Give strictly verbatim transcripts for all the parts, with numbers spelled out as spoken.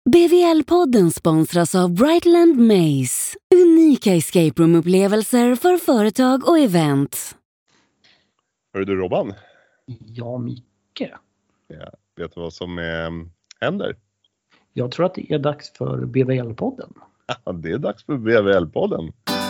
B V L-podden sponsras av Brightland Maze. Unika escape room-upplevelser för företag och event. Hör du Robban? Ja, Micke. Ja, vet du vad som eh, händer? Jag tror att det är dags för B V L-podden. Ja, det är dags för B V L-podden.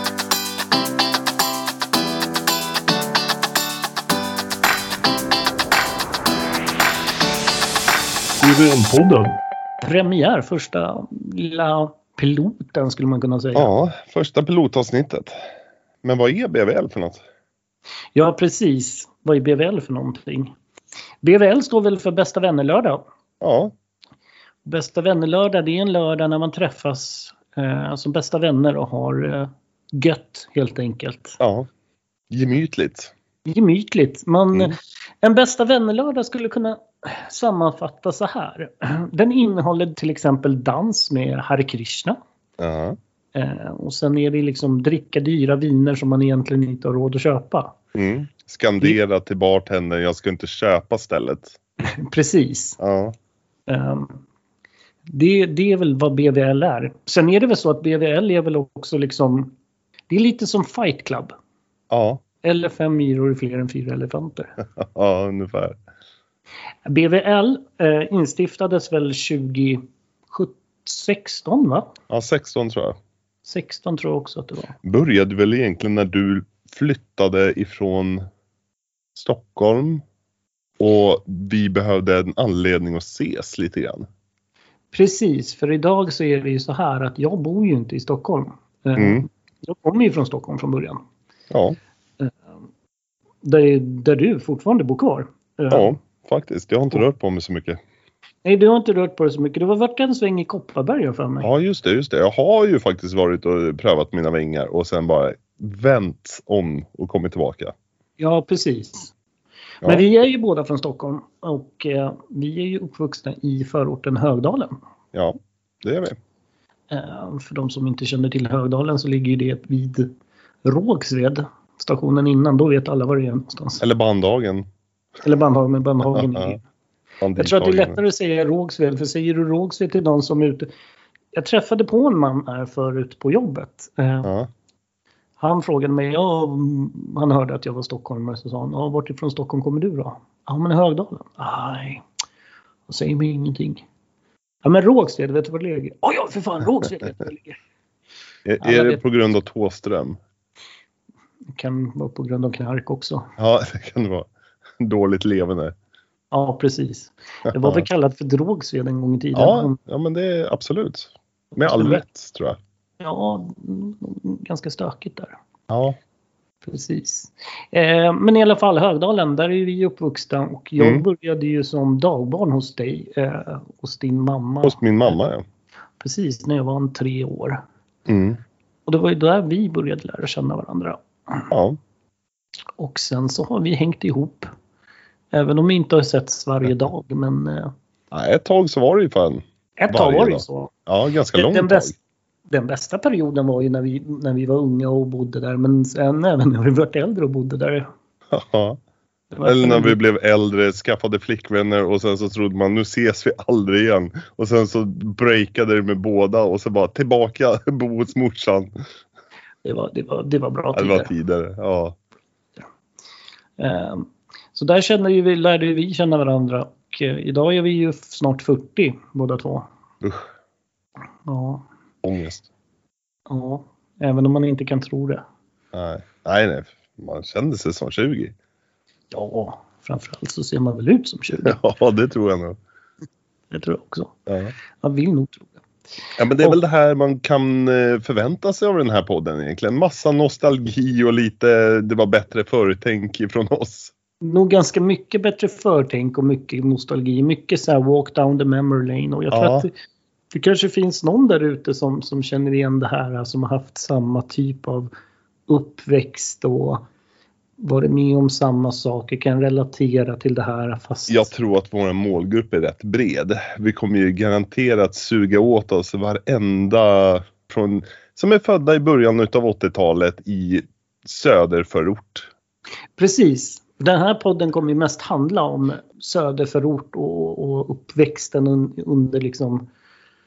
B V L-podden. Premiär, första lilla piloten skulle man kunna säga. Ja, första pilotavsnittet. Men vad är B V L för något? Ja, precis. Vad är B V L för någonting? B V L står väl för bästa vännerlördag. Ja. Bästa vännerlördag, det är en lördag när man träffas eh, som bästa vänner och har eh, gött helt enkelt. Ja, gemytligt. Gemytligt. Man, Mm. En bästa vännerlördag skulle kunna sammanfatta så här. Den innehåller till exempel dans med Hare Krishna. Ja. Eh, och sen är det liksom dricka dyra viner som man egentligen inte har råd att köpa. Mm. Skandera till bartendern, jag ska inte köpa stället. Precis. Ja. Eh, det, det är väl vad B V L är. Sen är det väl så att B V L är väl också liksom, det är lite som Fight Club. Ja. Eller fem myror är fler än fyra elefanter. Ja, ungefär. B V L eh, instiftades väl tjugo sexton, va? Ja, sexton tror jag. sexton tror jag också att det var. Började väl egentligen när du flyttade ifrån Stockholm och vi behövde en anledning att ses lite grann. Precis, för idag så är det ju så här att jag bor ju inte i Stockholm. Eh, Mm. Jag kommer ju från Stockholm från början. Ja. Eh, där, där du fortfarande bor kvar. Eh, Ja, faktiskt. Jag har inte rört på mig så mycket. Nej, du har inte rört på det så mycket. Du har varit en sväng i Kopparberg för mig. Ja, just det, just det. Jag har ju faktiskt varit och prövat mina vingar och sen bara vänt om och kommit tillbaka. Ja, precis. Ja. Men vi är ju båda från Stockholm och eh, vi är ju uppvuxna i förorten Högdalen. Ja, det är vi. Eh, för de som inte känner till Högdalen så ligger ju det vid Rågsved. Stationen innan, då vet alla var det är någonstans. Eller Bandhagen. Eller Bandhagen, men Bandhagen Ja, är ja. Jag tror att det är lättare att säga Rågsved, för säger du Rågsved till någon som är ute. Jag träffade på en man här förut på jobbet. Eh, Ja. Han frågade mig, ja, han hörde att jag var stockholmare, så sa han, ja, vart ifrån Stockholm kommer du då? Ja, men Högdalen. Nej, och säger mig ingenting. Ja, men Rågsved, vet du var det ligger? Ja, ja, för fan, Rågsved vet du var det ligger. Är, Alla är det vet- på grund av Tåström? Det kan vara på grund av knark också. Ja, det kan det vara. Dåligt levande. Ja, precis. Det var väl kallat för Rågsved en gång i tiden. Ja, ja, men det är absolut. Med all rätt, tror jag. Ja, mm, ganska stökigt där. Ja. Precis. Eh, men i alla fall Högdalen, där är vi uppvuxna och jag Mm. började ju som dagbarn hos dig, eh, hos din mamma. Hos min mamma, ja. Precis, när jag var en tre år. Mm. Och det var ju där vi började lära känna varandra. Ja. Och sen så har vi hängt ihop. Även om vi inte har setts varje dag, men eh, Ja, ett tag så var det ju fan. ett tag Varje var det ju dag. så. Ja, ganska Den, långt den, tag. bäst, den bästa perioden var ju när vi, när vi var unga och bodde där. Men sen även när vi var äldre och bodde där. Ja. Det var Eller när vi väldigt- blev äldre, skaffade flickvänner och sen så trodde man nu ses vi aldrig igen. Och sen så breakade det med båda och så bara tillbaka bo hos morsan. det, var, det, var, det var bra Ja, det tider. var tidigare, ja. Eh, Så där kände ju vi, lärde ju vi känna varandra. Och eh, idag är vi ju snart fyrtio båda två. Usch, Ja, ångest. ja, även om man inte kan tro det. Nej, nej, nej. Man kände sig som tjugo. Ja, framförallt så ser man väl ut som tjugo. Ja, det tror jag nog. Det tror jag också. Ja. Man vill nog tro det. Ja, men det är Och- väl det här man kan eh, förvänta sig av den här podden egentligen. Massa nostalgi och lite, det var bättre förtänk från oss. Nog ganska mycket bättre förtänk och mycket nostalgi. Mycket så här walk down the memory lane. Och jag tror Ja. att det, det kanske finns någon där ute som, som känner igen det här. Som har haft samma typ av uppväxt och varit med om samma saker. Kan relatera till det här. Fast... Jag tror att vår målgrupp är rätt bred. Vi kommer ju garanterat suga åt oss varenda från, som är födda i början av åttiotalet i söderförort. Precis. Den här podden kommer ju mest handla om söderförort och, och uppväxten un, under liksom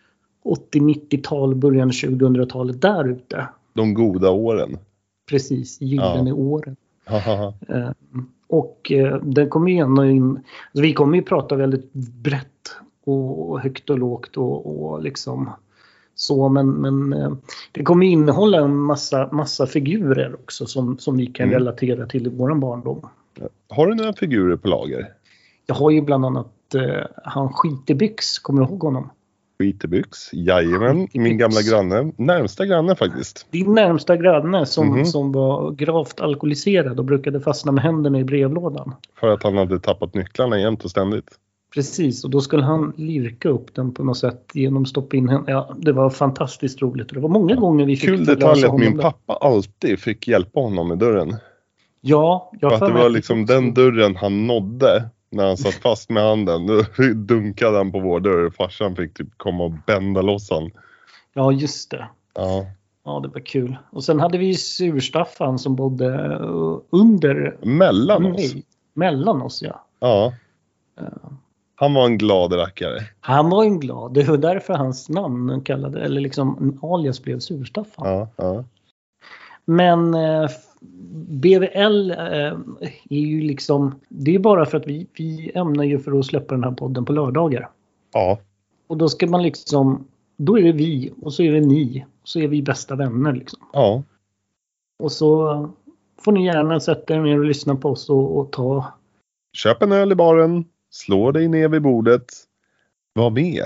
åttio-nittiotal, början tjugohundratalet där ute. De goda åren. Precis, gyllene Ja. åren. Haha. Eh, och eh, den kommer ju ändå in, alltså vi kommer ju prata väldigt brett och högt och lågt och, och liksom så, men, men eh, det kommer innehålla en massa, massa figurer också som, som vi kan Mm. relatera till i våran barndom. Har du några figurer på lager? Jag har ju bland annat eh, han Skitebyx, kommer du ihåg honom? Skitebyx, jajamän, Skitebyx. min gamla granne. Närmsta granne faktiskt. Din närmsta granne som, Mhm. som var gravt alkoholiserad och brukade fastna med händerna i brevlådan. För att han hade tappat nycklarna jämt och ständigt. Precis, och då skulle han lirka upp den på något sätt genom att stoppa in henne. Ja, det var fantastiskt roligt. Det var många gånger vi fick Kul förlösa detalj att honom min där. pappa alltid fick hjälpa honom med dörren. Ja, jag För att för det mig var att liksom också- den dörren han nådde när han satt fast med handen. Då dunkade han på vår dörr. Farsan fick typ komma och bända loss han. Ja, just det. Ja. Ja, det var kul. Och sen hade vi ju Surstaffan som bodde eh, under... Mellan oss. Nej, mellan oss, ja. Ja. Ja. Han var en glad rackare. Han var ju glad. Det var därför hans namn kallade, eller liksom alias blev Surstaffan. Ja, ja. Men eh, B V L eh, är ju liksom, det är bara för att vi, vi ämnar ju för att släppa den här podden på lördagar. Ja. Och då ska man liksom, då är det vi och så är det ni och så är vi bästa vänner liksom. Ja. Och så får ni gärna sätta er ner och lyssna på oss och, och ta, Köp en öl i baren. Slå dig ner vid bordet. Var med.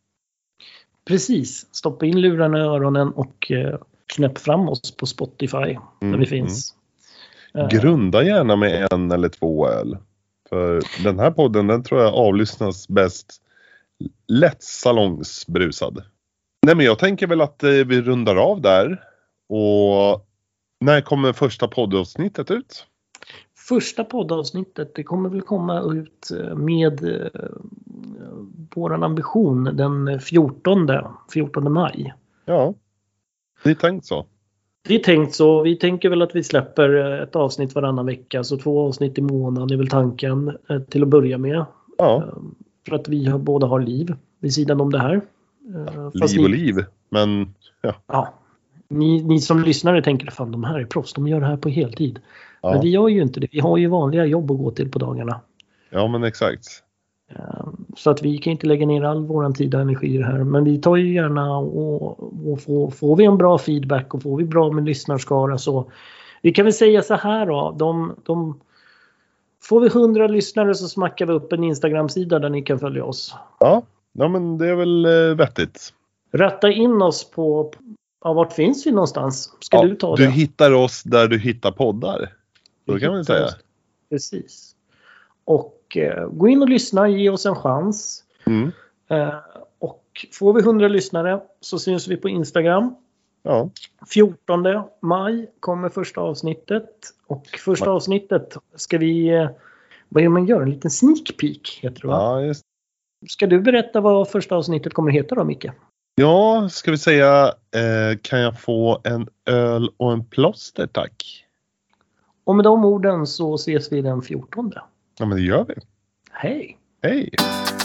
precis, stoppa in lurarna i öronen och eh, knäpp fram oss på Spotify där Mm, vi finns. Eh, Grunda gärna med en eller två öl. För den här podden, den tror jag avlyssnas bäst lätt salongsbrusad. Nej, men jag tänker väl att eh, vi rundar av där. Och när kommer första poddavsnittet ut? Första poddavsnittet, det kommer väl komma ut med eh, våran ambition den fjortonde maj. Ja, det är tänkt så. Det är tänkt så. Vi tänker väl att vi släpper ett avsnitt varannan vecka. Så två avsnitt i månaden är väl tanken eh, till att börja med. Ja, Eh, för att vi har, båda har liv vid sidan om det här. Eh, fast liv och ni, liv. Men ja, Ja, ni, ni som lyssnare tänker fan de här är proffs. De gör det här på heltid. Men ja, vi gör ju inte det. Vi har ju vanliga jobb att gå till på dagarna. ja men exakt. Så att vi kan inte lägga ner all våran tid och energi i det här. Men vi tar ju gärna och, och får, får vi en bra feedback och får vi bra med lyssnarskara så vi kan väl säga så här då. De, de, får vi hundra lyssnare så smackar vi upp en Instagram-sida där ni kan följa oss. Ja, ja men det är väl eh, vettigt. Rätta in oss på, ja, vart finns vi någonstans? Ska Ja, du ta det? du hittar oss där du hittar poddar. Så Du kan man hittar säga. oss. Precis. Och eh, gå in och lyssna, ge oss en chans. Mm. Eh, och får vi hundra lyssnare så syns vi på Instagram. Ja, fjortonde maj kommer första avsnittet. Och första Ma- avsnittet ska vi, eh, vad är det man gör? En liten sneak peek heter det va? ja just. Ska du berätta vad första avsnittet kommer heta då Micke? Ja, ska vi säga, eh, kan jag få en öl och en plåster tack? Och med de orden så ses vi den fjortonde. Ja men det gör vi. Hej! Hej!